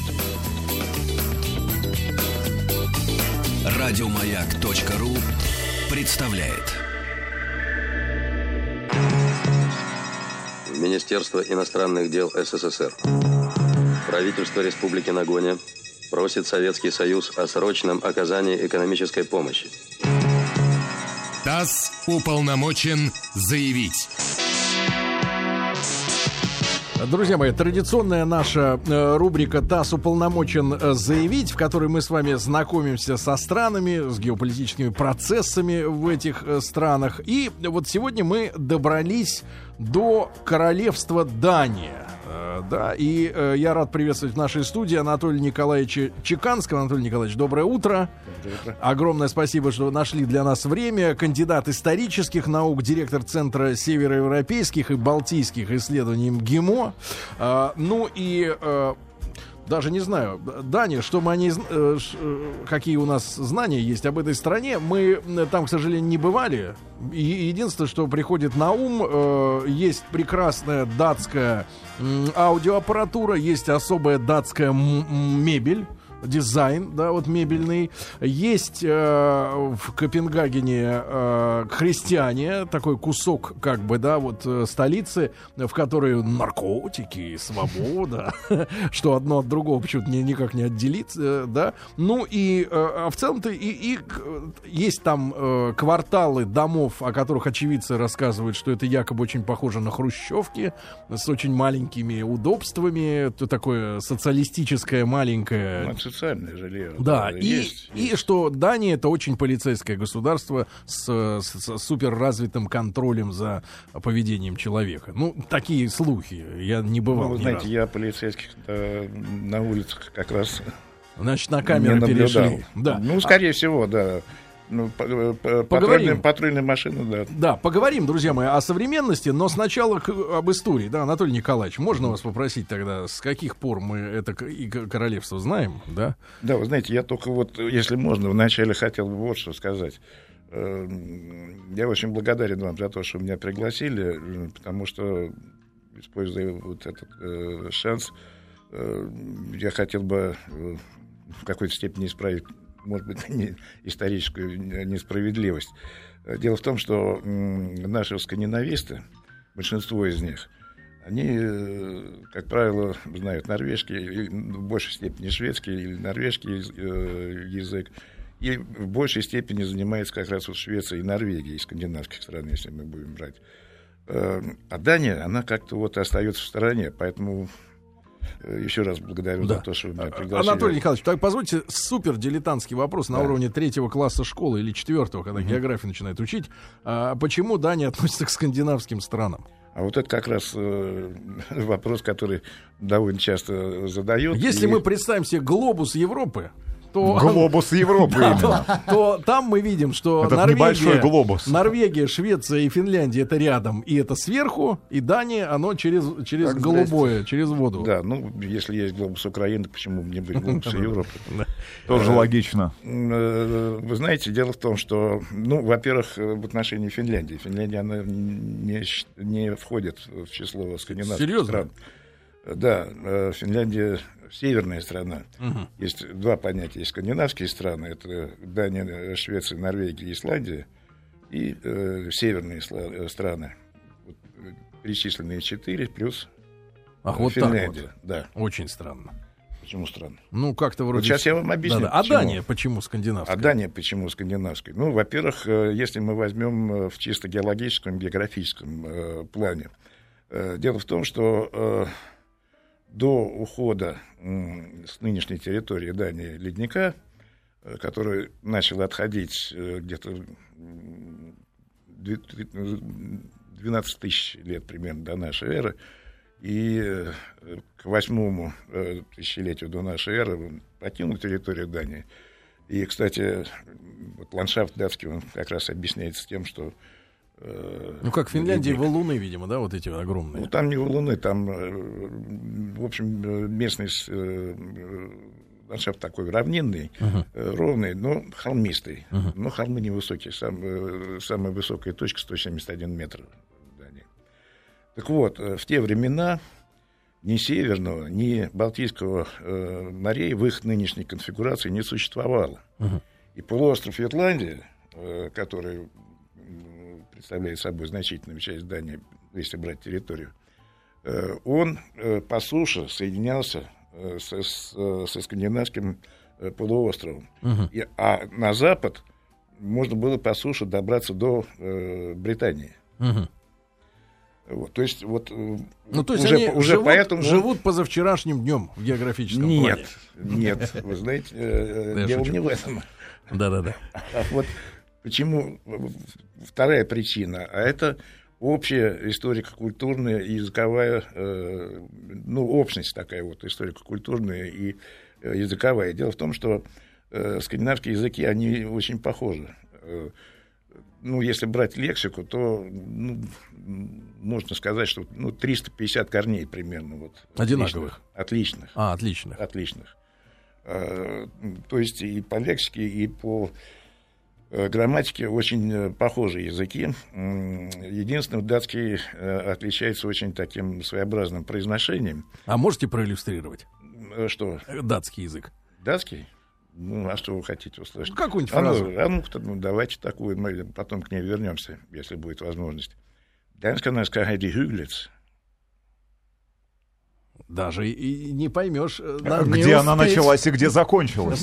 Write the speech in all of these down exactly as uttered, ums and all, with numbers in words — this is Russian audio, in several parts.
Радиомаяк.ру представляет. Министерство иностранных дел СССР. Правительство Республики Нагоня просит Советский Союз о срочном оказании экономической помощи. ТАСС уполномочен заявить. Друзья мои, традиционная наша э, рубрика «ТАСС уполномочен заявить», в которой мы с вами знакомимся со странами, с геополитическими процессами в этих э, странах. И вот сегодня мы добрались до королевства Дания. Э, да, и э, я рад приветствовать в нашей студии Анатолия Николаевича Чеканского. Анатолий Николаевич, доброе утро. Доброе утро. Огромное спасибо, что нашли для нас время. Кандидат исторических наук, директор Центра североевропейских и балтийских исследований МГИМО. А, ну и а, даже не знаю, Дания, что мы о ней, э, ш, какие у нас знания есть об этой стране. Мы там, к сожалению, не бывали. И единственное, что приходит на ум, э, есть прекрасная датская э, аудиоаппаратура, есть особая датская м- мебель. Дизайн, да, вот мебельный. Есть э, в Копенгагене э, христиане, такой кусок, как бы, да, вот э, столицы, в которой наркотики, свобода, что одно от другого почему-то никак не отделиться, да. Ну и в целом-то и есть там кварталы домов, о которых очевидцы рассказывают, что это якобы очень похоже на хрущевки с очень маленькими удобствами, это такое социалистическое маленькое... Социальное жилье. Да, да и, есть, и есть. что Дания — это очень полицейское государство с, с, с суперразвитым контролем за поведением человека. Ну, такие слухи. Я не бывал. Ну, вы ни знаете, разу. я полицейских на улицах как раз Значит, на камеры перешли. Да. Ну, скорее а... всего, да. Ну, поговорим. Патрульные, патрульные машины, да. Да, поговорим, друзья мои, о современности, но сначала к, об истории. Да, Анатолий Николаевич, можно вас попросить тогда, с каких пор мы это и королевство знаем, да? Да, вы знаете, я только вот, если можно, вначале хотел бы вот что сказать. Я очень благодарен вам за то, что меня пригласили, потому что, используя вот этот э, шанс, э, я хотел бы э, в какой-то степени исправить, может быть, не, историческую несправедливость. Дело в том, что наши скандинависты, большинство из них, они, как правило, знают норвежский, в большей степени шведский или норвежский язык, и в большей степени занимаются как раз вот Швецией и Норвегией, из скандинавских стран, если мы будем брать. А Дания, она как-то вот остается в стороне, поэтому... Еще раз благодарю да. за то, что вы меня пригласили. Анатолий Николаевич, так позвольте супер дилетантский вопрос на да. уровне третьего класса школы или четвертого, когда угу. географию начинает учить. А почему Дания относится к скандинавским странам? А вот это как раз э, вопрос, который довольно часто задают. Если и... мы представим себе глобус Европы, то, глобус Европы, да, то, то там мы видим, что этот Норвегия, небольшой глобус. Норвегия, Швеция и Финляндия — это рядом, и это сверху, и Дания, оно через, через голубое, через воду. Да, ну, если есть глобус Украины, почему бы не быть глобусом Европы? Тоже логично. Вы знаете, дело в том, что, ну, во-первых, в отношении Финляндии. Финляндия, она не, не входит в число скандинавских стран. Да, Финляндия северная страна. Угу. Есть два понятия. Есть скандинавские страны. Это Дания, Швеция, Норвегия, Исландия. И э, северные страны. Вот, перечисленные четыре плюс Ах, э, вот Финляндия. Так вот. Да. Очень странно. Почему странно? Ну, как-то вроде... Вот сейчас я вам объясню. Да, да. А Дания почему скандинавская? А Дания почему скандинавская? Ну, во-первых, если мы возьмем в чисто геологическом, географическом э, плане. Э, дело в том, что... Э, до ухода с нынешней территории Дании ледника, который начал отходить где-то двенадцать тысяч лет примерно до нашей эры, и к восьмому тысячелетию до нашей эры он покинул территорию Дании. И, кстати, вот ландшафт датский, он как раз объясняется тем, что ну, как в Финляндии валуны, видимо, да, вот эти огромные. Ну, там не валуны, там, в общем, местный ландшафт такой равнинный, uh-huh. ровный, но холмистый. Uh-huh. Но холмы невысокие. Сам, самая высокая точка сто семьдесят один метр в Дании. Так вот, в те времена ни Северного, ни Балтийского э, морей в их нынешней конфигурации не существовало. Uh-huh. И полуостров Ютландия, э, который э, представляет собой значительную часть Дании, если брать территорию, э, он э, по суше соединялся э, со, с, э, со скандинавским э, полуостровом. Uh-huh. И, а на запад можно было по суше добраться до э, Британии. Uh-huh. Вот, то есть, вот, ну, то есть уже, они уже живут, поэтому... живут позавчерашним днем в географическом нет, плане. Нет, вы знаете, э, дело не в этом. Да-да-да. А вот почему вторая причина, а это общая историко-культурная и языковая, э, ну, общность такая вот историко-культурная и языковая. Дело в том, что э, скандинавские языки, они очень похожи. Ну, если брать лексику, то ну, можно сказать, что ну, триста пятьдесят корней примерно. Вот, одинаковых? Отличных. А, отличных. Отличных. А, то есть и по лексике, и по грамматике очень похожие языки. Единственное, датский отличается очень таким своеобразным произношением. А можете проиллюстрировать? Что? Датский язык. Датский? Ну, а что вы хотите услышать? Какую-нибудь а фразу. Ну, а ну, ну, давайте такую, мы потом к ней вернемся, если будет возможность. Danskarna ska ha det hyggligt. Даже и не поймешь. Где она началась и где закончилась.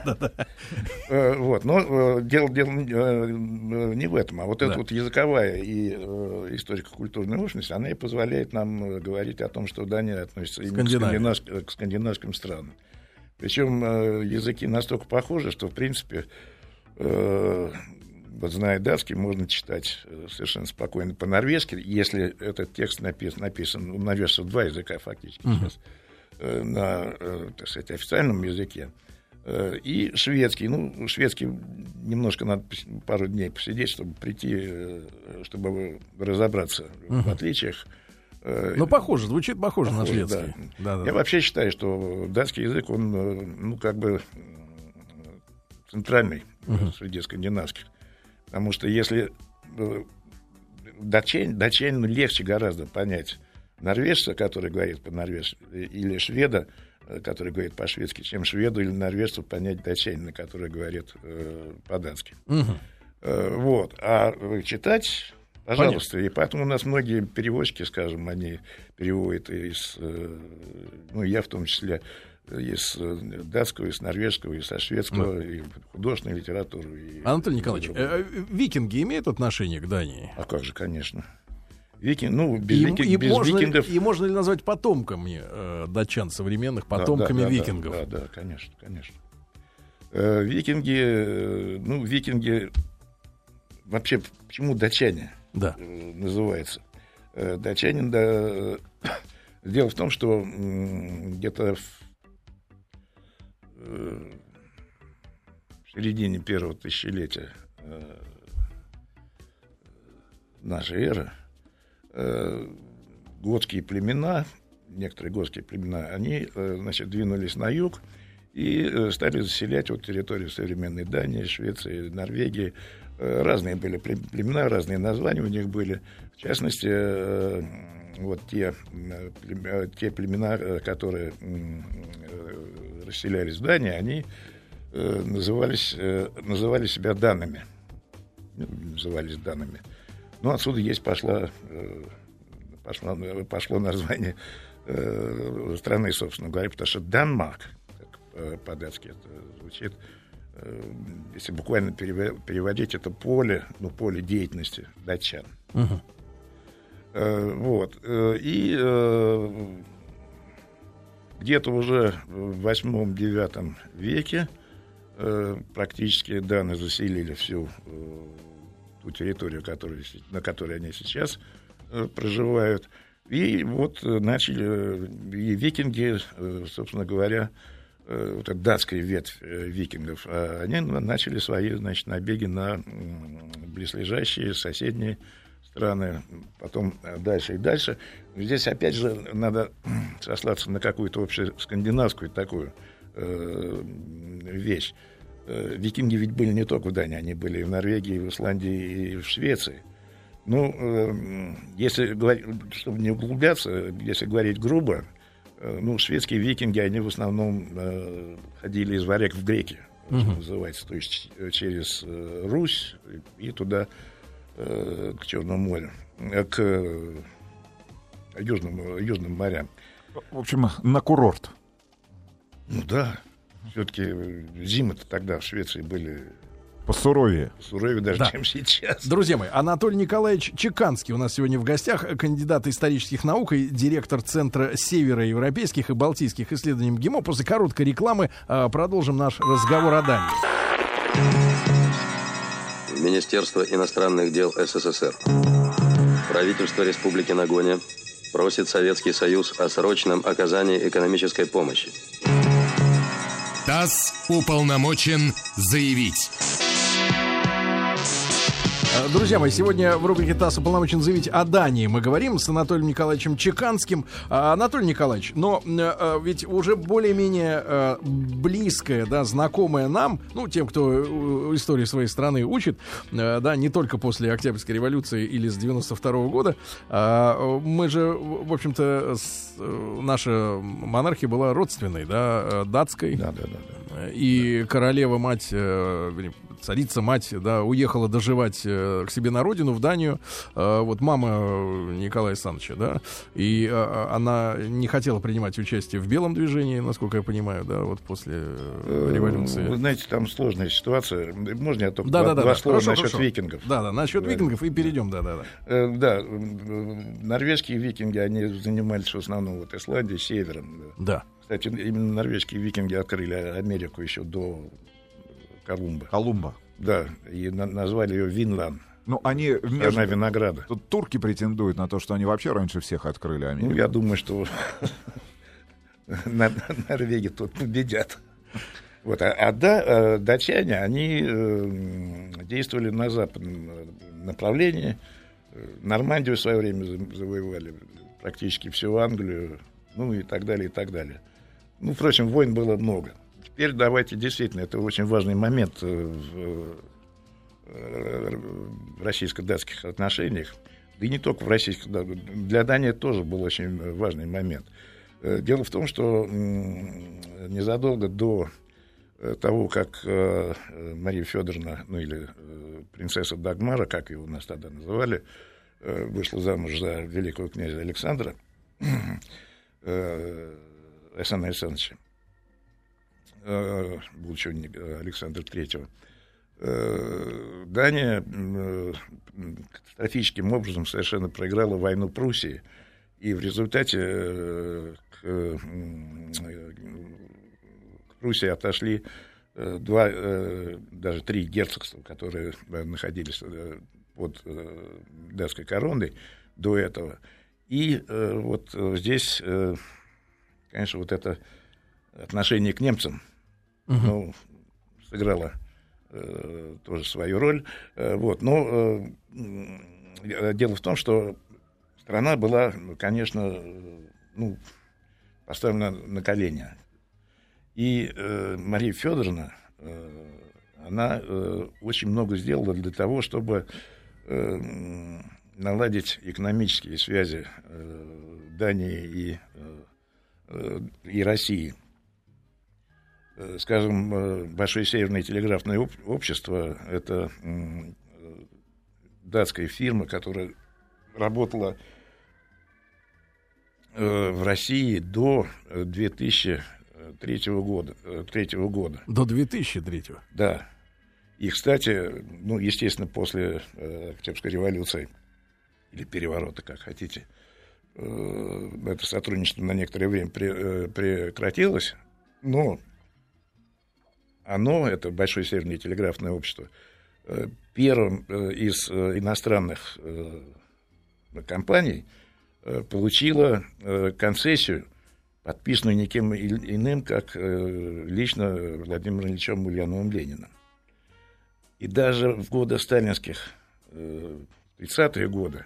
Вот, но дело не в этом, а вот эта вот языковая и историко-культурная общность, она и позволяет нам говорить о том, что Дания относится именно к скандинавским странам. Причем э, языки настолько похожи, что, в принципе, э, вот, зная датский, можно читать э, совершенно спокойно по-норвежски, если этот текст написан, написан у норвежцев два языка фактически uh-huh. сейчас, э, на, э, так сказать, официальном языке, э, и шведский. Ну, шведский немножко надо пару дней посидеть, чтобы прийти, э, чтобы разобраться uh-huh. в отличиях. Ну, похоже, звучит похоже, похоже на шведский. Да. Да, да. Я вообще считаю, что датский язык, он, ну, как бы центральный uh-huh. среди скандинавских. Потому что если датчанин, датчанину легче гораздо понять норвежца, который говорит по-норвежски, или шведа, который говорит по-шведски, чем шведу или норвежцу понять датчанина, который говорит э, по-датски. Uh-huh. Э, вот. А читать... Пожалуйста. Понятно. И поэтому у нас многие переводчики, скажем, они переводят из, ну, я в том числе, из датского, из норвежского, из шведского, mm. и художественную литературу. И Анатолий Николаевич, э, викинги имеют отношение к Дании? А как же, конечно. Викинг, ну, без, и, викинг, и без можно, викингов... И можно ли назвать потомками э, датчан современных, потомками да, да, викингов? Да, да, да, конечно, конечно. Э, викинги, ну, викинги... Вообще, почему датчане? Да. Называется. Датчанин, да, дело в том, что где-то в, в середине первого тысячелетия нашей эры готские племена, некоторые готские племена, они, значит, двинулись на юг и стали заселять вот территорию современной Дании, Швеции, Норвегии. Разные были племена, разные названия у них были. В частности, вот те, те племена, которые расселялись в Дании, они назывались, называли себя данными. Назывались данными. Ну, отсюда есть пошла, пошло, пошло название страны, собственно говоря, потому что Данмарк, как по-датски это звучит, если буквально переводить, это поле, ну, поле деятельности датчан. Uh-huh. Э, вот. И э, где-то уже в восьмом-девятом веке э, практически даны заселили всю э, ту территорию, которую, на которой они сейчас э, проживают. И вот начали и викинги, э, собственно говоря, вот эта датская ветвь викингов, они начали свои, значит, набеги на близлежащие соседние страны, потом дальше и дальше. Здесь, опять же, надо сослаться на какую-то общескандинавскую такую э, вещь. Викинги ведь были не только в Дании, они были и в Норвегии, и в Исландии, и в Швеции. Ну, э, если говорить, чтобы не углубляться, если говорить грубо, Ну, шведские викинги, они в основном э, ходили из варяг в греки, что uh-huh. называется, то есть через э, Русь и туда, э, к Черному морю, э, к э, южным, южным морям. В общем, на курорт. Ну да, все-таки зимы-то тогда в Швеции были... Посуровее. Суровее даже, да. чем сейчас. Друзья мои, Анатолий Николаевич Чеканский у нас сегодня в гостях, кандидат исторических наук и директор Центра североевропейских и балтийских исследований МГИМО. После короткой рекламы э, продолжим наш разговор о Дании. Министерство иностранных дел СССР. Правительство Республики Нагоня просит Советский Союз о срочном оказании экономической помощи. ТАСС уполномочен заявить. Друзья мои, сегодня в рубрике «ТАСС уполномочен заявить» о Дании мы говорим с Анатолием Николаевичем Чеканским. А, Анатолий Николаевич, но а, ведь уже более-менее а, близкое, да, знакомое нам, ну, тем, кто историю своей страны учит, а, да, не только после Октябрьской революции или с девяносто второго года, а, мы же, в общем-то, с, наша монархия была родственной, да, датской. Да, да, да, да. И королева-мать, царица-мать, да, уехала доживать к себе на родину, в Данию. Вот мама Николая Александровича, да, и она не хотела принимать участие в белом движении, насколько я понимаю, да, вот после революции. Вы знаете, там сложная ситуация. Можно я только да, два, да, два да, слова хорошо, насчет хорошо. викингов? Да, да, насчет да. викингов и перейдем, да, да, да. Да, норвежские викинги, они занимались в основном вот Исландией, севером. Да. Кстати, именно норвежские викинги открыли Америку еще до Колумба. Колумба. Да, и на- назвали ее Винланд. Ну, они... Страна винограда. Тут турки претендуют на то, что они вообще раньше всех открыли Америку. Ну, я думаю, что норвеги тут победят. Вот. А, а да, датчане, они э, действовали на западном направлении. Нормандию в свое время завоевали, практически всю Англию, ну и так далее, и так далее. Ну, впрочем, войн было много. Теперь давайте, действительно, это очень важный момент в, в российско-датских отношениях. Да и не только в российских. Для Дании это тоже был очень важный момент. Дело в том, что незадолго до того, как Мария Федоровна, ну или принцесса Дагмара, как ее у нас тогда называли, вышла замуж за великого князя Александра, Александра Александровича, будущего Александра Третьего, Дания катастрофическим образом совершенно проиграла войну Пруссии, и в результате к, к Пруссии отошли два, даже три герцогства, которые находились под датской короной до этого. И вот здесь, конечно, вот это отношение к немцам, uh-huh. ну, сыграло э, тоже свою роль. Э, вот. Но э, дело в том, что страна была, конечно, ну, поставлена на колени. И э, Мария Федоровна, э, она э, очень много сделала для того, чтобы э, наладить экономические связи э, Дании и, э, и России. Скажем, Большое Северное телеграфное общество — это датская фирма, которая работала в России до две тысячи третьего года. третьего года. До две тысячи третьего? Да. И, кстати, ну, естественно, после Октябрьской революции, или переворота, как хотите, это сотрудничество на некоторое время прекратилось, но оно, это Большое Северное телеграфное общество, первым из иностранных компаний получило концессию, подписанную никем иным, как лично Владимиром Ильичем Ульяновым Лениным. И даже в годы сталинских, тридцатые годы,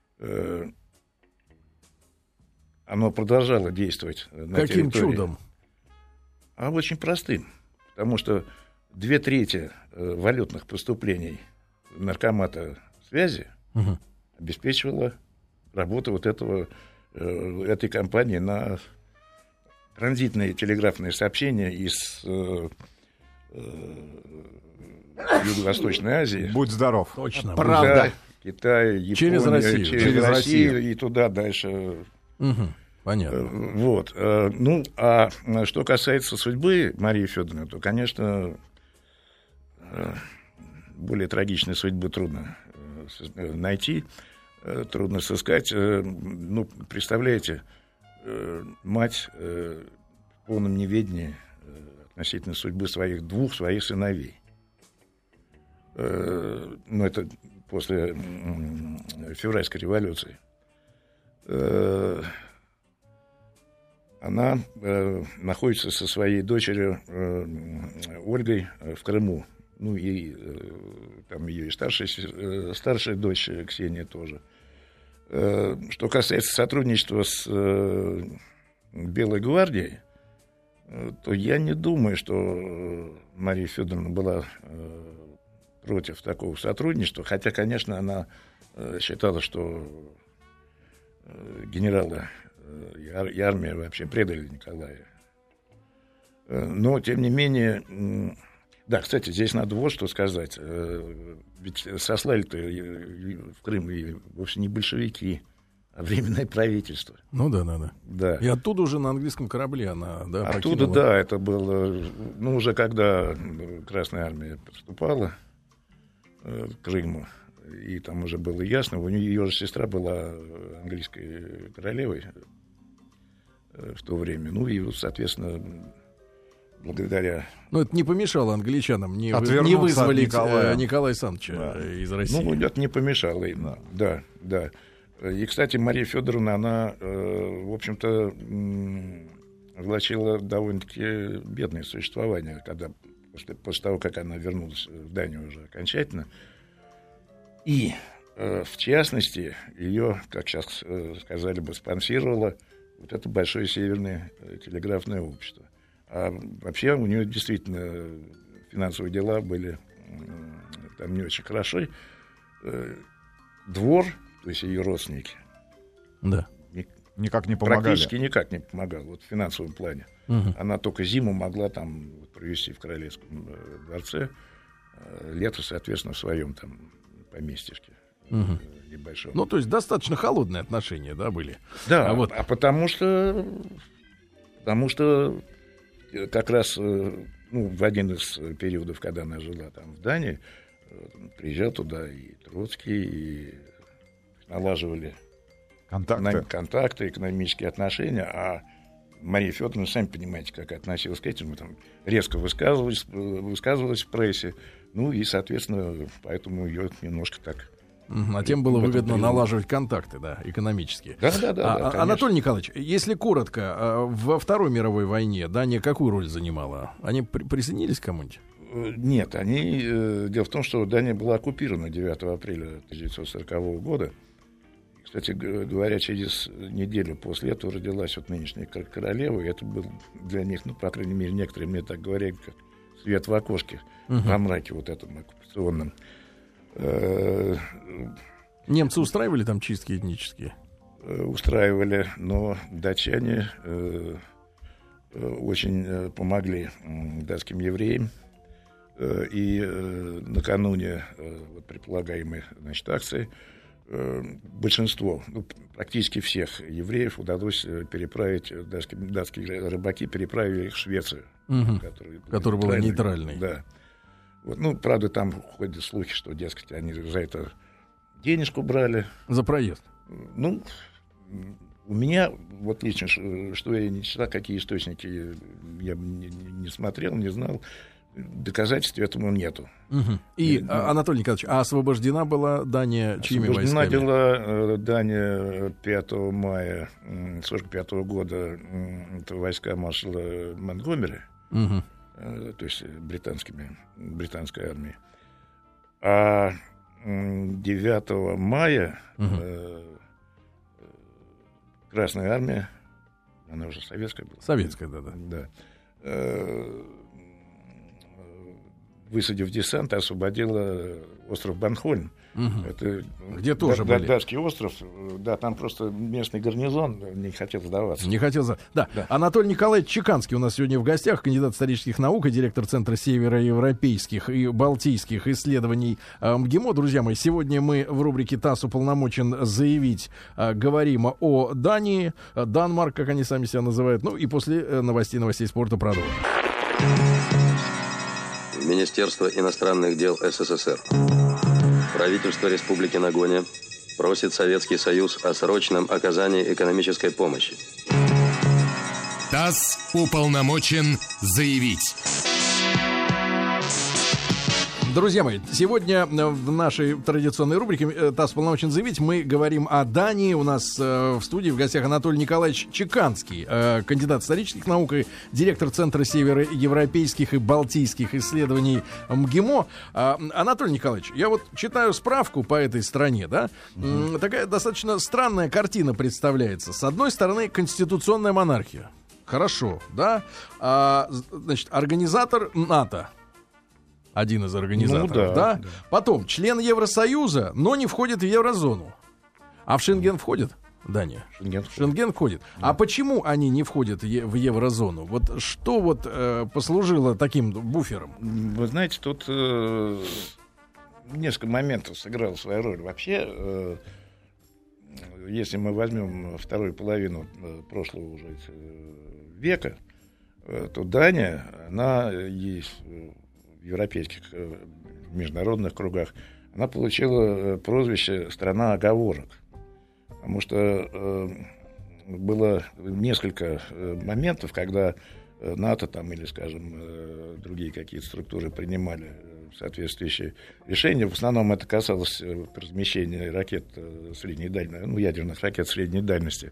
оно продолжало действовать на Каким территории. чудом? А очень простым. Потому что две трети валютных поступлений наркомата связи угу. обеспечивала работу вот этого, этой компании на транзитные телеграфные сообщения из э, э, Юго-Восточной Азии. Будь здоров. Точно. Правда. Китай, Япония, Через Россию. через, Через Россию, Россию. и туда дальше. Угу. Понятно. Вот. Ну, а что касается судьбы Марии Федоровны, то, конечно, более трагичной судьбы трудно найти, трудно сыскать. Ну, представляете, мать в полном неведении относительно судьбы своих двух своих сыновей. Ну, это после февральской революции. Она находится со своей дочерью Ольгой в Крыму. Ну, и там ее и старшая, старшая дочь Ксения тоже. Что касается сотрудничества с Белой гвардией, то я не думаю, что Мария Федоровна была против такого сотрудничества, хотя, конечно, она считала, что генералы и армия вообще предали Николая. Но, тем не менее, да, кстати, здесь надо вот что сказать. Ведь сослали-то в Крым вовсе не большевики, а Временное правительство. Ну да, да, да. Да. И оттуда уже на английском корабле она, да, Оттуда, покинула. да, это было, ну, уже когда Красная армия подступала к Крыму, и там уже было ясно, у нее ее же сестра была английской королевой в то время. Ну и, соответственно, благодаря... Но это не помешало англичанам не, вы, не Отвернуться от вызволить Николая. э, Николая Александровича Да. из России. Ну, это не помешало им. Да. Да, да. И, кстати, Мария Федоровна, она, э, в общем-то, м, влачила довольно-таки бедное существование, когда, после, после того, как она вернулась в Данию уже окончательно. И, э, в частности, ее, как сейчас э, сказали бы, спонсировало вот это Большое Северное телеграфное общество. А вообще у нее действительно финансовые дела были э, там не очень хороши. Э, двор, то есть ее родственники, Да. ни- Никак не помогали. практически никак не помогал вот, в финансовом плане. Мгм. Она только зиму могла там вот, провести в Королевском э, дворце, э, лето, соответственно, в своем там поместьишке Мгм. э, небольшом. Ну, то есть достаточно холодные отношения, да, были. да, а а, вот- а потому что, потому что э, как раз э, ну, в один из периодов, когда она жила там в Дании, э, приезжал туда и Троцкий, и налаживали Контакты. эконом- контакты, экономические отношения, а Мария Федоровна, сами понимаете, как относилась к этому, там резко высказывалась, э, высказывалась в прессе, ну и, соответственно, поэтому ее немножко так... Мгм. А тем было в этом выгодно периоде. налаживать контакты, да, экономические. Да, да, да. А- да, а- Анатолий Николаевич, если коротко, а, во Второй мировой войне Дания какую роль занимала? Они при- присоединились к кому-нибудь? Э, Нет, они... э, Дело в том, что Дания была оккупирована девятого апреля тысяча девятьсот сорокового года. Кстати г- говоря, через неделю после этого родилась вот нынешняя кор- королева, и это был для них, ну, по крайней мере, некоторые мне так говорят, как свет в окошке, во мраке вот этом оккупационном. Э, Немцы устраивали там чистки этнические? э, Устраивали, но датчане э, э, очень э, помогли м, датским евреям. Э, И э, накануне э, вот, предполагаемой, значит, акции э, большинство, ну, практически всех евреев удалось э, переправить, э, датские, датские рыбаки переправили их в Швецию, Мгм. которые были Которая была нейтральными. нейтральной. Да. Вот, ну, правда, там ходят слухи, что, дескать, они за это денежку брали. За проезд. Ну, у меня, вот лично, ш- что я не читал, какие источники я не, не смотрел, не знал, доказательств этому нету. Мгм. И, Ну, а, Анатолий Николаевич, а освобождена была Дания чьими Освобождена войсками? была э, Дания пятого мая сорок пятого года, м, это войска маршала Монтгомери, Мгм. э, то есть британскими, британской армией. А м, девятого мая Мгм. э, э, Красная армия, она уже советская была. Советская, да-да. Да. Э, высадив десант, освободила остров Борнхольм. Угу. Это где тоже да, были. Датский остров, да, там просто местный гарнизон не хотел сдаваться. Не хотел за. Да. Да. Анатолий Николаевич Чеканский у нас сегодня в гостях, кандидат исторических наук и директор Центра североевропейских и балтийских исследований МГИМО. Друзья мои, сегодня мы в рубрике ТАСС уполномочен заявить, говорим о Дании, Данмарк, как они сами себя называют. Ну и после новостей, новостей спорта продолжим. Министерство иностранных дел СССР. Правительство Республики Нагоня просит Советский Союз о срочном оказании экономической помощи. ТАСС уполномочен заявить. Друзья мои, сегодня в нашей традиционной рубрике «ТАСС уполномочен заявить» мы говорим о Дании. У нас э, в студии в гостях Анатолий Николаевич Чеканский, э, кандидат исторических наук и директор Центра североевропейских и балтийских исследований МГИМО. Э, Анатолий Николаевич, я вот читаю справку по этой стране, да, mm-hmm. такая достаточно странная картина представляется. С одной стороны, конституционная монархия. Хорошо, да? А, значит, организатор НАТО. Один из организаторов, ну, да, да? да. Потом, член Евросоюза, но не входит в еврозону. А в Шенген входит? Дания. Шенген входит. Шенген входит. Да. А почему они не входят в еврозону? Вот что вот э, послужило таким буфером? Вы знаете, тут э, несколько моментов сыграло свою роль. Вообще, э, если мы возьмем вторую половину прошлого уже века, э, то Дания, она есть... в европейских международных кругах, она получила прозвище «страна оговорок». Потому что э, было несколько моментов, когда НАТО там, или, скажем, э, другие какие-то структуры принимали соответствующие решения. В основном это касалось размещения ракет средней дальности, ну, ядерных ракет средней дальности.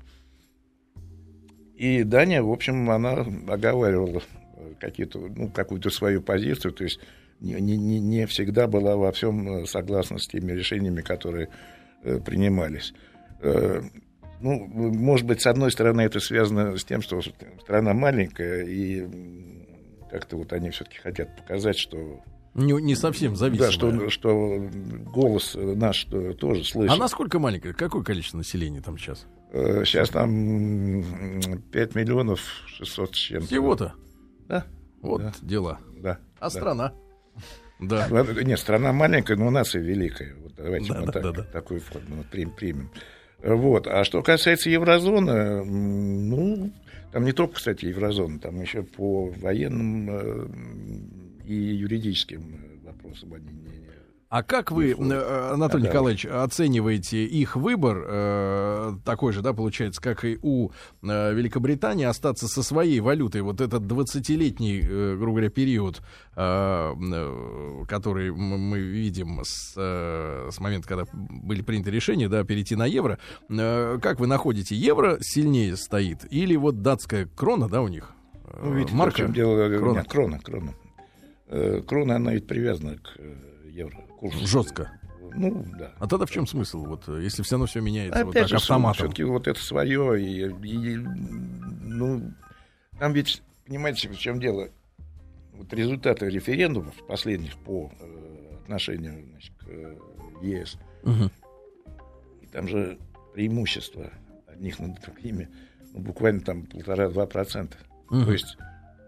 И Дания, в общем, она оговаривала какие-то, ну, какую-то свою позицию, то есть не, не, не всегда была во всем согласна с теми решениями, которые э, принимались. Э, ну, может быть, с одной стороны, это связано с тем, что страна маленькая, и как-то вот они все-таки хотят показать, что... Не, не совсем зависимая. Да, что, что голос наш тоже слышен. А насколько маленькое? Какое количество населения там сейчас? Э, сейчас там пять миллионов шестьсот с чем-то. Всего-то? Да. Вот да. дела. Да. А да. страна? Да. Нет, страна маленькая, но нация великая. Вот давайте да, мы да, так, да, да. такую форму примем. Вот. А что касается еврозоны, ну, там не только, кстати, еврозона, там еще по военным и юридическим вопросам они не... А как вы, Анатолий а, Николаевич, да. оцениваете их выбор, э, такой же, да, получается, как и у э, Великобритании, остаться со своей валютой? Вот этот двадцатилетний, э, грубо говоря, период, э, э, который мы видим с, э, с момента, когда были приняты решения, да, перейти на евро, э, как вы находите, евро сильнее стоит или вот датская крона, да, у них? Ну, видите, марка? В чем дело? Крона. Нет, крона, крона. Э, крона, она ведь привязана к евро. Курсу. Жестко. Ну, да. А тогда в чем смысл, вот, если все равно все меняется Опять вот так же, автоматом? Все-таки вот это свое. И, и, ну, там ведь, понимаете, в чем дело? Вот результаты референдумов последних по э, отношению, значит, к э, ЕС, угу. и там же преимущество одних над другими, ну, буквально там полтора-два процента. Угу. То есть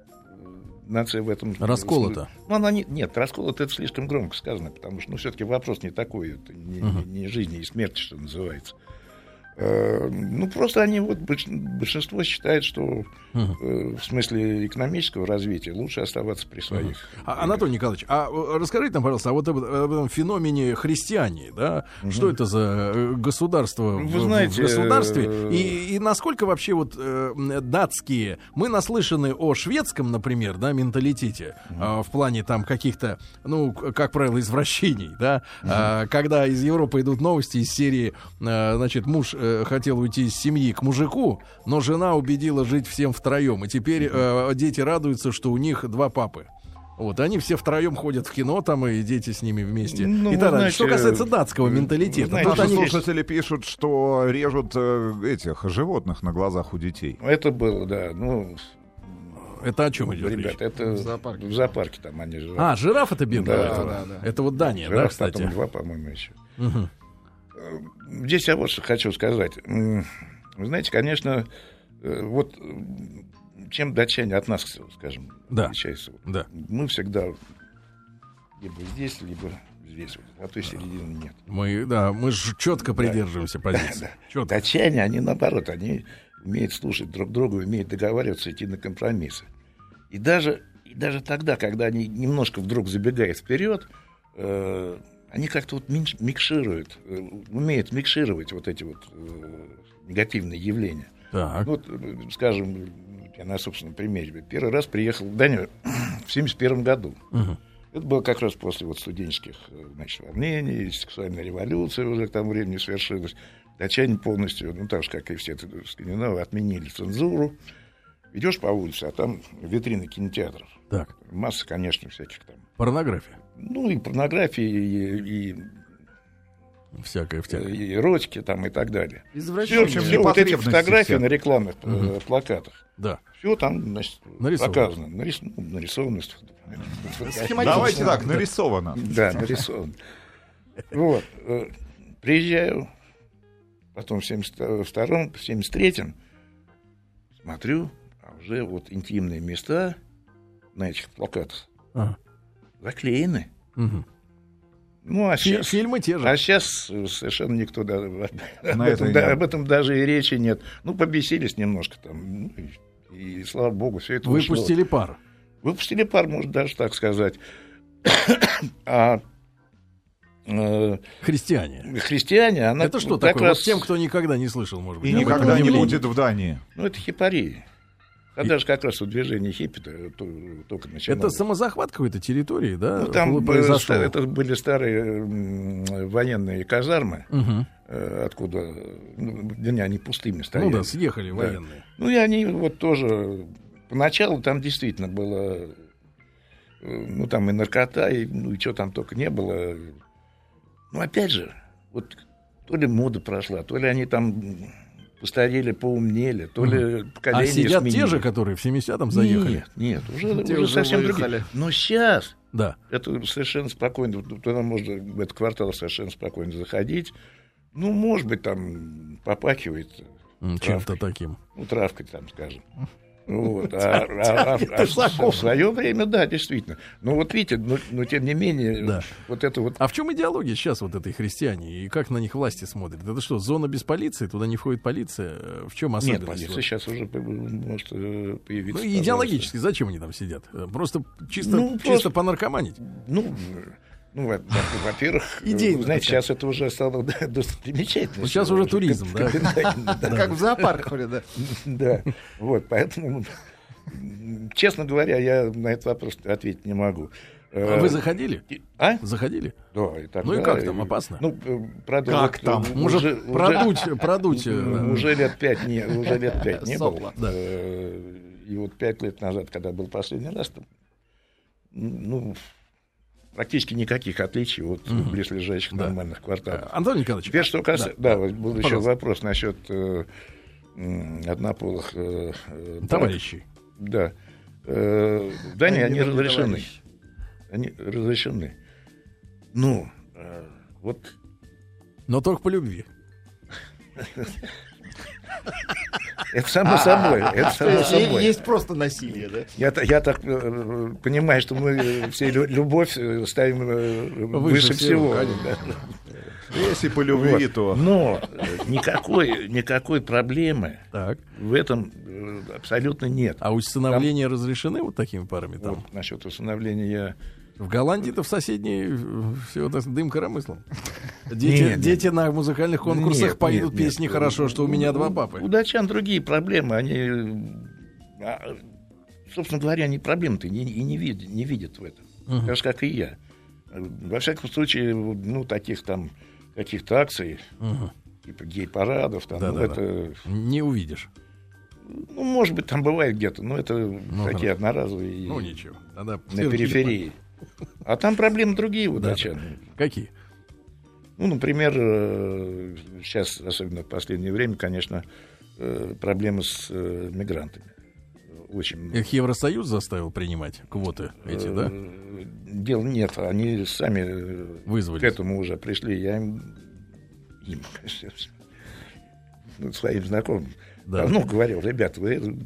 нация в этом... Расколота. Ну, она не... Нет, расколота — это слишком громко сказано, потому что, ну, все-таки вопрос не такой, это не, uh-huh. не, не жизни и смерти, что называется. Э, ну, просто они, вот, большинство считает, что uh-huh. э, в смысле экономического развития лучше оставаться при своих. Uh-huh. А, Анатолий Николаевич, а расскажите нам, пожалуйста, а вот об, об этом феномене христиане, да? Uh-huh. Что это за государство Вы в, знаете, в государстве? И, и насколько вообще вот э, датские... Мы наслышаны о шведском, например, да, менталитете, uh-huh. э, в плане там каких-то, ну, как правило, извращений, да? Uh-huh. Э, когда из Европы идут новости из серии, э, значит, муж... хотел уйти из семьи к мужику, но жена убедила жить всем втроем. И теперь э, дети радуются, что у них два папы. Вот, они все втроем ходят в кино, там, и дети с ними вместе. Ну, и так далее. Что касается датского менталитета. Знаете, тут наши они... слушатели пишут, что режут э, этих животных на глазах у детей. Это было, да. Ну, это о чем идет ребят, речь? Это в зоопарке. В зоопарке там они жираф. А, жираф это бедный. Да, это, да, да. это вот Дания, жираф, да, кстати. Потом два, по-моему, еще. Угу. Здесь я вот что хочу сказать. Вы знаете, конечно, вот чем датчане от нас, скажем, да. отличаются. Да. Мы всегда либо здесь, либо здесь, вот, а той середины нет. Мы, да, мы же четко Да. придерживаемся позиции. Да, да. Четко. Датчане, они наоборот, они умеют слушать друг друга, умеют договариваться, идти на компромиссы. И даже, и даже тогда, когда они немножко вдруг забегают вперед, э, они как-то вот микшируют, э, умеют микшировать вот эти вот э, негативные явления. Так. Ну, вот, скажем, я на собственном примере. Первый раз приехал в Данию в семьдесят первом году. Угу. Это было как раз после вот студенческих, значит, волнений, сексуальная революция уже к тому времени свершилась. Датчане полностью, ну так же, как и все скандинавы, отменили цензуру. Идешь по улице, а там витрины кинотеатров. Так. Масса, конечно, всяких там. Порнография. Ну, и порнографии, и, и, всякое, всякое. и эротики там и так далее. Извращение. Все, все вот эти фотографии все. на рекламных Угу. э, плакатах. Да. Все там, значит, Нарисовано. показано. Нарис... ну, нарисовано. Давайте так, нарисовано. Да, нарисовано. Вот. э, Приезжаю, потом в семьдесят втором, в семьдесят третьем, смотрю, а уже вот интимные места на этих плакатах Ага. заклеены. Угу. Ну, а Фи- сейчас... Фильмы те же. А сейчас совершенно никто да, об, На это этом, и да, нет. об этом даже и речи нет. Ну, побесились немножко там. Ну, и, и, слава богу, все это ушло. Выпустили пар. Выпустили пар, можно даже так сказать. А э, Христиане. христиане, она Это что как такое? раз... Вот тем, кто никогда не слышал, может быть. И об этом никогда не явлении. будет в Дании. Ну, это хипария. А И- даже как раз вот движение хиппи только начиналось. Это самозахват какой-то территории, да? Ну, там произошел? э, это были старые м, военные казармы, Мгм. э, откуда, ну, дня они пустыми стояли. Ну да, съехали Да. военные. Ну, и они вот тоже... Поначалу там действительно было... э, Ну, там и наркота, и, ну, и что там только не было. Ну, опять же, вот то ли мода прошла, то ли они там постарели, поумнели, то ли поколение А сидят сменили. те же, которые в семидесятом заехали? Нет, нет, уже, Те уже уже совсем выехали. другие. Но сейчас Да. это совершенно спокойно, туда можно в этот квартал совершенно спокойно заходить. Ну, может быть, там попахивает М, Чем-то травкой. таким. Ну, травкой, там, скажем. Вот. А, а- а- а в свое время, да, действительно. Но вот видите, но, но тем не менее, Да. вот это вот... А в чем идеология сейчас вот этой христиане? И как на них власти смотрят? Это что, зона без полиции? Туда не входит полиция? В чем Нет, особенность? полиция Вот? сейчас уже может э, появиться. Ну, идеологически, зачем они там сидят? Просто чисто, Ну, чисто просто- понаркоманить? пожалуйста. Ну, ну, во- во- во-первых, Идейно вы знаете, хотя бы. сейчас это уже стало да, достопримечательностью. Ну, сейчас уже туризм, да? Как в зоопарк ходят, да. Да, вот, поэтому, честно говоря, я на этот вопрос ответить не могу. А вы заходили? А? Заходили? Да, и тогда, Ну и как там, опасно? Ну, э, правда, Как вот, там? э, Может, уже- продуть, продуть. э, уже, уже лет пять не, уже лет пять не было. Сопло. Да. Э, И вот пять лет назад, когда был последний раз, там, ну, практически никаких отличий от близлежащих Да. нормальных кварталов. Антон Николаевич. Теперь, что касается... да, Да, вот был еще пожалуйста. вопрос насчет э, м, однополых э, э, браков. Товарищи. Да. Э, В Дании они Они не разрешены. товарищи. Они разрешены. Ну, э, вот... Но только по любви. Это само собой. Это То само есть, е- собой. есть просто насилие, да? Я, та- я так э, понимаю, что мы все лю- любовь э, ставим э, выше, Выше всего, всего. конечно. Да. Если по любви, Вот. то... Но э, никакой, никакой проблемы Так. в этом э, абсолютно нет. А усыновления разрешены вот такими парами там? Вот насчет усыновления я... В Голландии-то в соседней все это дым коромыслом. Дети, Нет, нет. дети на музыкальных конкурсах Нет, поют нет, нет. песни «Хорошо, что у меня два папы». У датчан другие проблемы. Они, а, собственно говоря, они проблем-то не, и не видят, не видят в этом. Мгм. Так же, как и я. Во всяком случае, ну, таких там каких-то акций, Мгм. типа гей-парадов, там, ну, Да-да-да. это, Не увидишь. ну, может быть, там бывает где-то, но это такие хорошо. одноразовые и Ну ничего. Тогда на терпимо. периферии. А там проблемы другие у Да, датчан. Какие? Ну, например, э, сейчас, особенно в последнее время, конечно, э, проблемы с э, мигрантами. очень много. Их Евросоюз заставил принимать квоты эти, да? Дел нет, они сами вызвались. К этому уже пришли. Я им, им ну, своим знакомым да. давно говорил: ребята, вы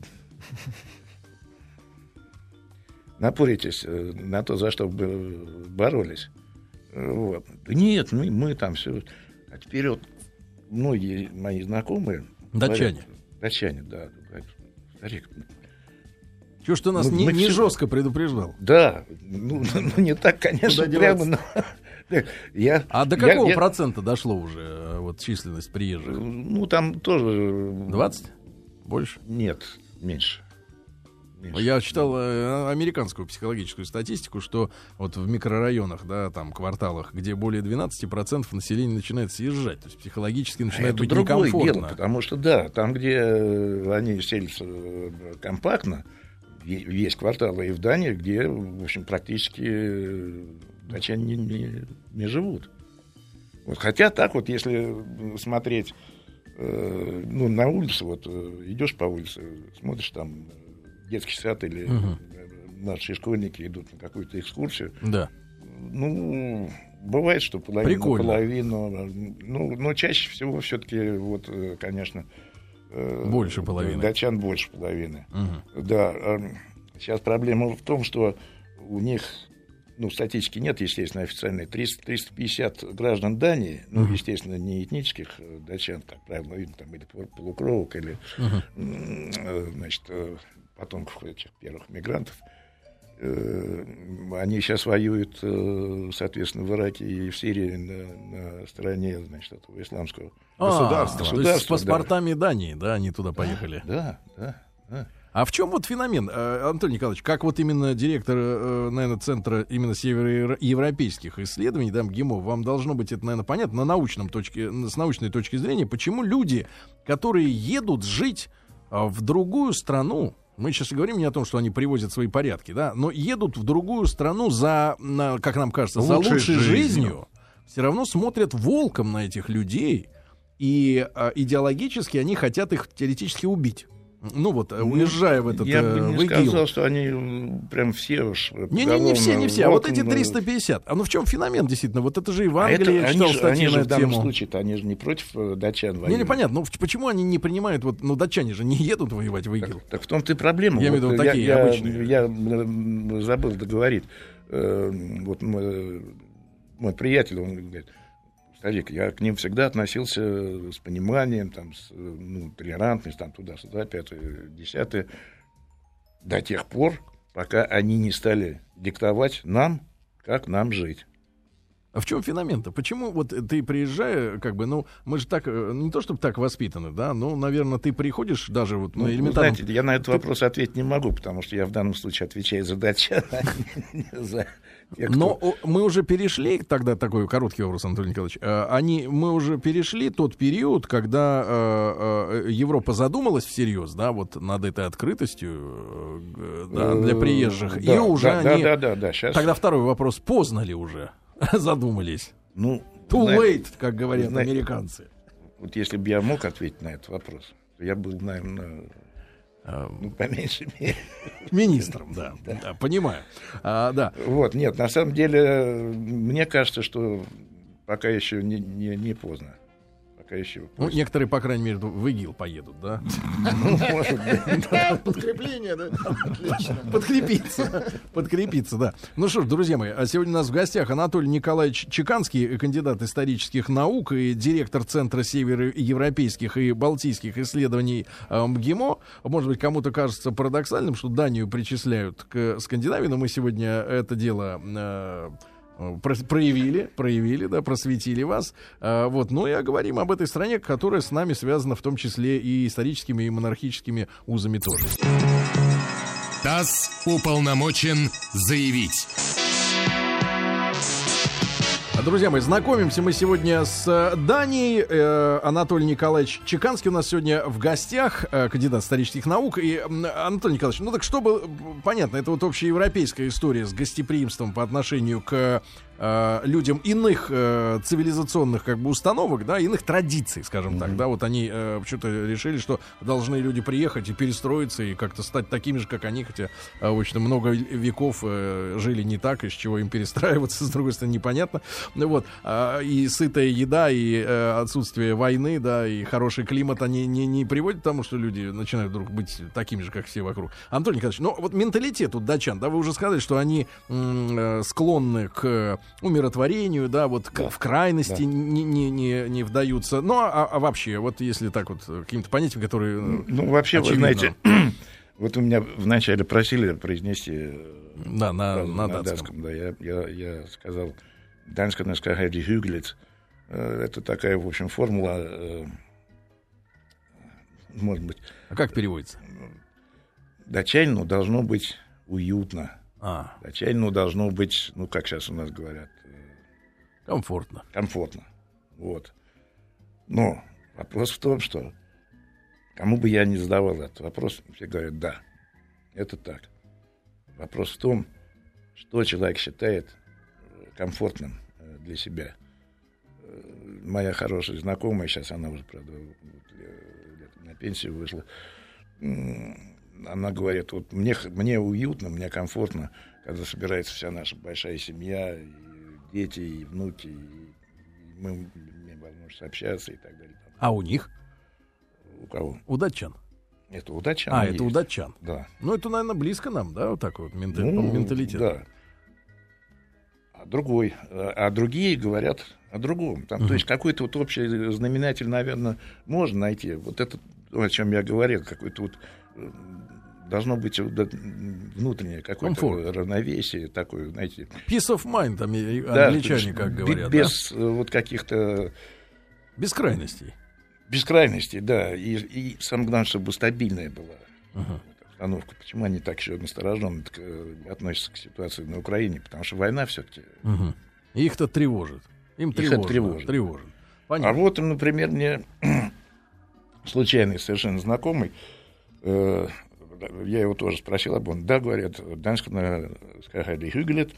напоритесь на то, за что бы боролись. Вот. Нет, мы, мы там все. А теперь вот многие мои знакомые... Датчане. Говорят, датчане, да. Старик. Чего ж ты нас мы, не, мы не все... жестко предупреждал? Да, ну, ну не так, конечно, прямо. Но... Я, а до какого я, процента я... дошло уже вот численность приезжих? Ну, там тоже... двадцать? Больше? Нет, меньше. меньше. Я читал э, американскую психологическую статистику, что вот в микрорайонах, да, там, кварталах, где более двенадцать процентов населения начинает съезжать, то есть психологически начинает а быть это другое некомфортно. Дело, потому что, да, там, где они селятся компактно, есть кварталы и в Дании, где, в общем, практически датчане не, не, не живут. Вот, хотя так вот, если смотреть э, ну, на улице, вот идешь по улице, смотришь там детский сад или угу. наши школьники идут на какую-то экскурсию. Да. Ну, бывает, что половину, половину, ну, но чаще всего все-таки, вот, конечно, больше половины. Датчан больше половины. Угу. Да. Сейчас проблема в том, что у них, ну, статистики нет, естественно, официальной, триста - триста пятьдесят граждан Дании, ну, угу. естественно, не этнических датчан, как правило, видно, там, или полукровок, или, угу. значит, потомков этих первых мигрантов. Они сейчас воюют, соответственно, в Ираке и в Сирии на, на стороне, значит, этого исламского а, государства. государства. То есть с паспортами да. Дании, да, они туда поехали. Да, да, да. А в чем вот феномен, Антон Николаевич, как вот именно директор, наверное, Центра именно североевропейских исследований, да, МГИМО, вам должно быть это, наверное, понятно, на научном точке, с научной точки зрения, почему люди, которые едут жить в другую страну, мы сейчас говорим не о том, что они привозят свои порядки, да, но едут в другую страну за, как нам кажется, за лучшей, лучшей жизнью, жизнью, все равно смотрят волком на этих людей, и а, идеологически они хотят их теоретически убить. Ну вот, уезжая в этот Я э, бы не в ИГИЛ. сказал, что они прям все уж... Не, не, не все, не все, а вот эти триста пятьдесят. А ну в чем феномен, действительно? Вот это же и в Англии, а я читал они статьи они на же эту в данном тему. случае-то, они же не против датчан воюют. Не, непонятно, ну почему они не принимают, вот, ну датчане же не едут воевать в ИГИЛ. Так, так в том-то и проблема. Я вот, имею в виду такие я, обычные. Я, я забыл договорить. Э, вот мой, мой приятель, он говорит: старик, я к ним всегда относился с пониманием, там, с ну, толерантностью, там, туда-сюда, пятое, десятое, до тех пор, пока они не стали диктовать нам, как нам жить. А в чем феномен-то? Почему вот ты приезжая, как бы, ну, мы же так, не то чтобы так воспитаны, да, но, наверное, ты приходишь даже вот ну, на элементарном... Знаете, я на этот вопрос ответить не могу, потому что я в данном случае отвечаю за датчан, а не за тех, кто... Но мы уже перешли, тогда такой короткий вопрос, Анатолий Николаевич, они, мы уже перешли тот период, когда э, э, Европа задумалась всерьез, да, вот над этой открытостью э, да, для приезжих, да, и уже да, они... Да, да, да, да, сейчас... Тогда второй вопрос, поздно ли уже? Задумались. Ну, Too знаете, late, как говорят знаете, американцы. Вот если бы я мог ответить на этот вопрос, то я был, наверное, а, ну, по меньшей мере. Министром, да. да. да понимаю. А, да. Вот, нет, на самом деле, мне кажется, что пока еще не, не, не поздно. Еще ну, некоторые, по крайней мере, в ИГИЛ поедут, да? Ну, может быть. Подкрепление, да? Отлично. Подкрепиться. Подкрепиться, да. Ну что ж, друзья мои, а сегодня у нас в гостях Анатолий Николаевич Чеканский, кандидат исторических наук и директор Центра североевропейских и балтийских исследований МГИМО. Может быть, кому-то кажется парадоксальным, что Данию причисляют к Скандинавии, но мы сегодня это дело... проявили, проявили, да, просветили вас. А, вот, ну и говорим об этой стране, которая с нами связана в том числе и историческими, и монархическими узами тоже. ТАСС уполномочен заявить. Друзья мои, знакомимся мы сегодня с Данией. Э, Анатолий Николаевич Чеканский у нас сегодня в гостях, э, кандидат исторических наук. И, Анатолий Николаевич, ну так чтобы, понятно, это вот общеевропейская история с гостеприимством по отношению к э, людям иных э, цивилизационных как бы установок, да, иных традиций, скажем mm-hmm. так, да, вот они э, почему-то решили, что должны люди приехать и перестроиться и как-то стать такими же, как они, хотя, э, в общем, много веков э, жили не так, из чего им перестраиваться, с другой стороны, непонятно, вот, э, и сытая еда, и э, отсутствие войны, да, и хороший климат, они не, не приводят к тому, что люди начинают вдруг быть такими же, как все вокруг. Антон Николаевич, ну вот менталитет у датчан, да, вы уже сказали, что они м- склонны к умиротворению, да, вот к, да. в крайности да. не, не, не, не вдаются. Ну, а, а вообще, вот если так вот, каким-то понятиям, которые Ну, вообще, очевидно. Вы знаете, вот вы меня вначале просили произнести да, на, на, на датском. датском. Да, я, я, я сказал «Данская скахайди хюглиц». Это такая, в общем, формула, может быть... А как переводится? Датчанину должно быть уютно. А. Датчанину должно быть, ну, как сейчас у нас говорят... Комфортно. Комфортно. Вот. Но вопрос в том, что кому бы я ни задавал этот вопрос, все говорят «да». Это так. Вопрос в том, что человек считает комфортным для себя. Моя хорошая знакомая, сейчас она уже, правда, на пенсию вышла, она говорит, вот мне, мне уютно, мне комфортно, когда собирается вся наша большая семья, и дети, и внуки, и мы имеем возможность общаться и так далее. А у них? У кого? У датчан. Это у датчан. А, есть. это у датчан. Да. Ну, это, наверное, близко нам, да, вот так вот, мента... ну, менталитет. Да. А другой, а другие говорят о другом. Там, uh-huh. То есть какой-то вот общий знаменатель, наверное, можно найти. Вот это, о чем я говорил, какой-то вот должно быть внутреннее какое-то Комфорт. равновесие такое, знаете. Peace of mind, там англичане, да, как говорят. Без да? вот каких-то... Без крайностей. Без крайностей, да. И, и самое главное, чтобы стабильная была uh-huh. обстановка. Почему они так еще настороженно относятся к ситуации на Украине? Потому что война все-таки... Uh-huh. Их-то тревожит. Им тревожит. тревожит. тревожит. А вот, например, мне случайный совершенно знакомый, э, я его тоже спросил об он. Да, говорят, Данская скахайди хюглит.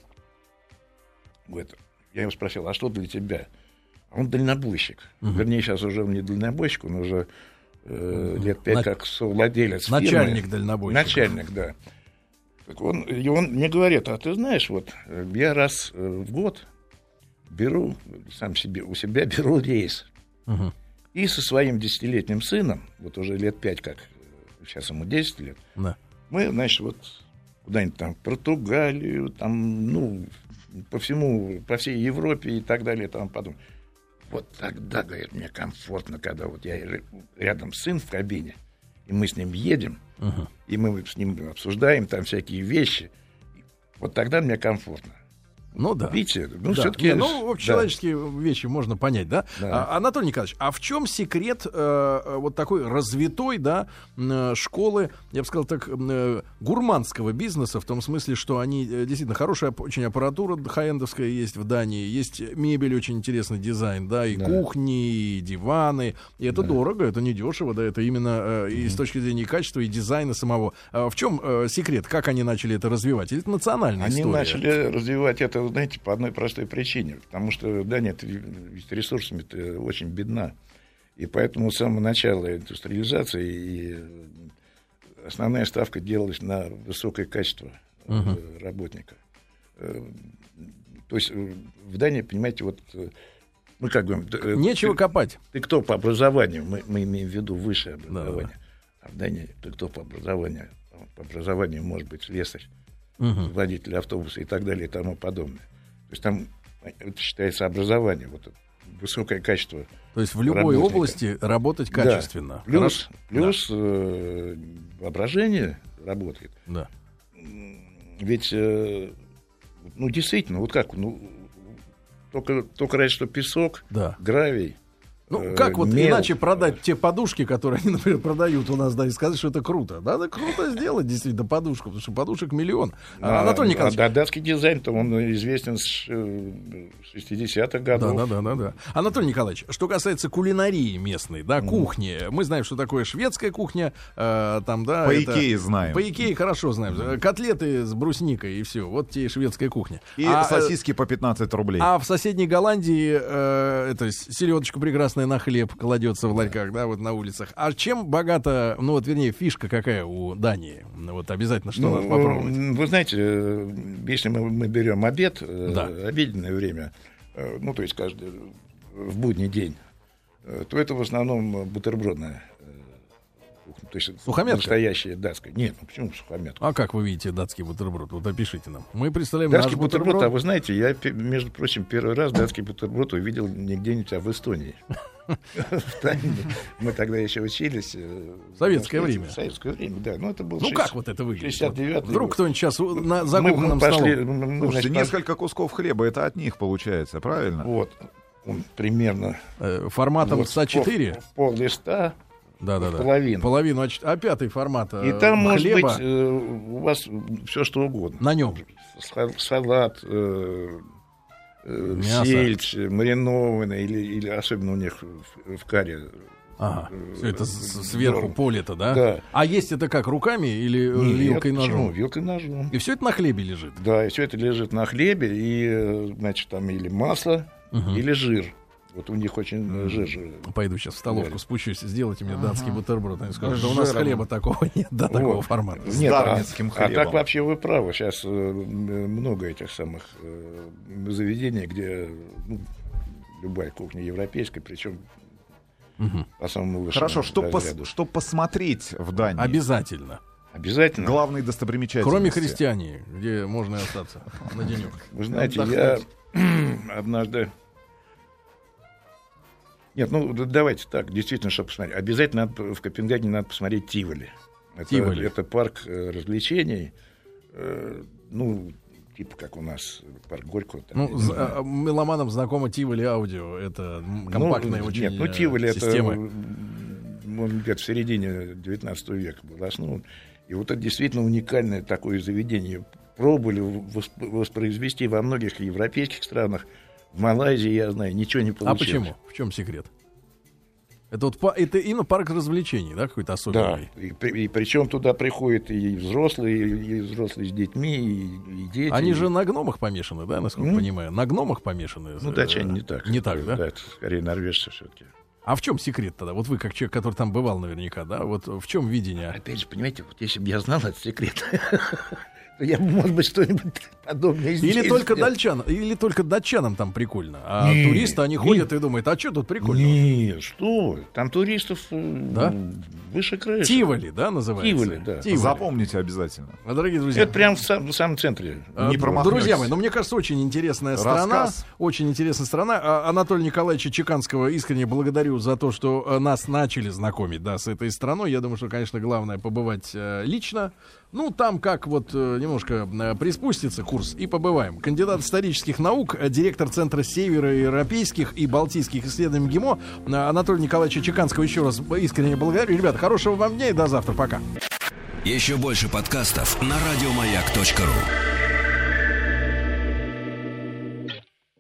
Говорит, я его спросил, а что для тебя? А он дальнобойщик. Uh-huh. Вернее, сейчас уже он не дальнобойщик, он уже э, лет пять На... как совладелец фирмы. Начальник дальнобойщика. Начальник, да. Так он, и он мне говорит, а ты знаешь, вот я раз в год беру, сам себе, у себя беру рейс. Uh-huh. И со своим десятилетним сыном, вот уже лет пять как, сейчас ему десять лет, да. мы, значит, вот куда-нибудь там в Португалию, там, ну, по всему, по всей Европе и так далее, там потом. Вот тогда, говорит, мне комфортно, когда вот я рядом сын в кабине, и мы с ним едем, uh-huh. и мы с ним обсуждаем там всякие вещи. Вот тогда мне комфортно. Ну да. Видите, ну да. все-таки... Не, ну, человеческие да. вещи можно понять, да? да. А, Анатолий Николаевич, а в чем секрет э, вот такой развитой, да, э, школы, я бы сказал так, э, гурманского бизнеса, в том смысле, что они э, действительно хорошая очень аппаратура хай-эндовская есть в Дании, есть мебель, очень интересный дизайн, да, и да. кухни, и диваны, и это да. дорого, это недешево, да, это именно э, и с точки зрения качества, и дизайна самого. А в чем э, секрет, как они начали это развивать? Или это национальная они история? Они начали развивать это, знаете, по одной простой причине. Потому что Дания ведь ресурсами-то очень бедна. И поэтому с самого начала индустриализации и основная ставка делалась на высокое качество uh-huh. работника. То есть в Дании, понимаете, вот... Ну, как бы, нечего ты, копать. Ты кто по образованию? Мы, мы имеем в виду высшее образование. Да. А в Дании ты кто по образованию? По образованию может быть слесарь, uh-huh. водитель автобуса и так далее и тому подобное. То есть там это считается образование, вот высокое качество. То есть в любой работника. области работать качественно. Да. Плюс, плюс да. э, воображение работает. Да. Ведь, э, ну, действительно, вот как, ну, только, только раньше, что песок, да. гравий, Ну, как вот мел. иначе продать те подушки, которые они, например, продают у нас, да, и сказать, что это круто. Надо круто сделать, действительно, подушку, потому что подушек миллион. А, Анатолий Николаевич. А датский дизайн-то, он известен с шестидесятых годов. Да, да, да, да. Анатолий Николаевич, что касается кулинарии местной, да, mm. кухни, мы знаем, что такое шведская кухня, э, там, да. По это, Икее знаем. По Икее хорошо знаем. Котлеты с брусникой и все. Вот те шведская кухня. И а, сосиски по пятнадцать рублей. А в соседней Голландии, э, это селедочка прекрасная на хлеб кладется в ларьках, да, вот на улицах. А чем богата, ну вот, вернее, фишка какая у Дании? Вот обязательно что ну, надо попробовать? Вы знаете, если мы, мы берем обед, да. обеденное время, ну, то есть каждый в будний день, то это в основном бутербродная кухня. То есть сухомятка? Настоящая датская. Нет, ну почему сухомятка? А как вы видите датский бутерброд? Вот опишите нам. Мы представляем датский наш бутерброд, бутерброд. а вы знаете, я, между прочим, первый раз датский бутерброд увидел не где-нибудь, а в Эстонии. Мы тогда еще учились. В советское время. В советское время, да. Ну, это был Ну как вот это выглядит? шестьдесят девятый Вдруг кто-нибудь сейчас на, за кухонным столом. Слушайте, несколько кусков хлеба, это от них получается, правильно? Вот. Он примерно... Э, форматом вот, с А четыре? Пол, пол листа. Да, да, да. Половину. Половину, а, а пятый формат И там хлеба, может быть э, у вас все что угодно. На нем. Салат, э, э, Мясо. сельдь, маринованный, или, или особенно у них в, в каре. Ага, э, все это с- сверху да. полито, да? Да. А есть это как, руками или Нет, вилкой и почему? ножом? Вилкой и ножом. И все это на хлебе лежит? Да, и все это лежит на хлебе, и, э, значит, там или масло, Угу. или жир. Вот у них очень э, жир. жир. Пойду сейчас в столовку Да. спущусь, сделайте мне датский бутерброд. Они скажут, С да у нас жиром. хлеба такого нет, да, такого Вот. формата. С Нет, а, дарницким а хлебом. так вообще вы правы. Сейчас э, много этих самых э, заведений, где ну, любая кухня европейская, причем Мгм. по самому высшему Хорошо, что, пос- разряду. что посмотреть в Дании? Обязательно. Обязательно. Главные достопримечательности. Кроме христиане, где можно остаться на денек. Вы знаете, я однажды... Нет, ну д- давайте так, действительно, что посмотреть. Обязательно надо, в Копенгагене надо посмотреть Тиволи. Это, Тиволи. это парк э, развлечений, э, ну, типа как у нас парк Горького. Там, Ну, я не з- знаю. а, меломанам знакомо Тиволи аудио. Это м, Ну, компактная очень Нет, ну э, Тиволи это, система. м, он где-то в середине девятнадцатого века был основан. И вот это действительно уникальное такое заведение. Пробовали восп- воспроизвести во многих европейских странах. В Малайзии, я знаю, ничего не А получилось. почему? В чем секрет? Это вот па- это именно парк развлечений, да, какой-то Да, особенный? и, при- и причем туда приходят и взрослые, и, и взрослые с детьми, и, и дети. Они и- же на гномах помешаны, да, насколько М? понимаю? На гномах помешаны? Ну, э, датчане не так. Не так, да? Да, это скорее норвежцы все-таки. А в чем секрет тогда? Вот вы, как человек, который там бывал наверняка, да, вот в чем видение? Опять же, понимаете, вот если бы я знал этот секрет, то я бы, может быть, что-нибудь подобное здесь Или только сделал. датчан, или только датчанам там прикольно, а Не, туристы, они не. ходят и думают, а что тут прикольно? Нет, что вы, там туристов э, Да? выше крыши. Тиволи, да, называется? Тиволи, да. Запомните обязательно. А, дорогие друзья, Это прямо в, сам- в самом центре. А, Не промахнетесь. друзья мои, ну мне кажется, очень интересная страна. Рассказ. Очень интересная страна. А, Анатолия Николаевича Чеканского искренне благодарю за то, что э, нас начали знакомить, да, с этой страной. Я думаю, что, конечно, главное побывать э, лично. Ну, там как вот э, немножко э, приспустится курс и побываем. Кандидат исторических наук, э, директор Центра североевропейских и балтийских исследований МГИМО э, Анатолия Николаевича Чеканского еще раз искренне благодарю. Ребята, хорошего вам дня и до завтра. Пока. Еще больше подкастов на радиомаяк точка ру.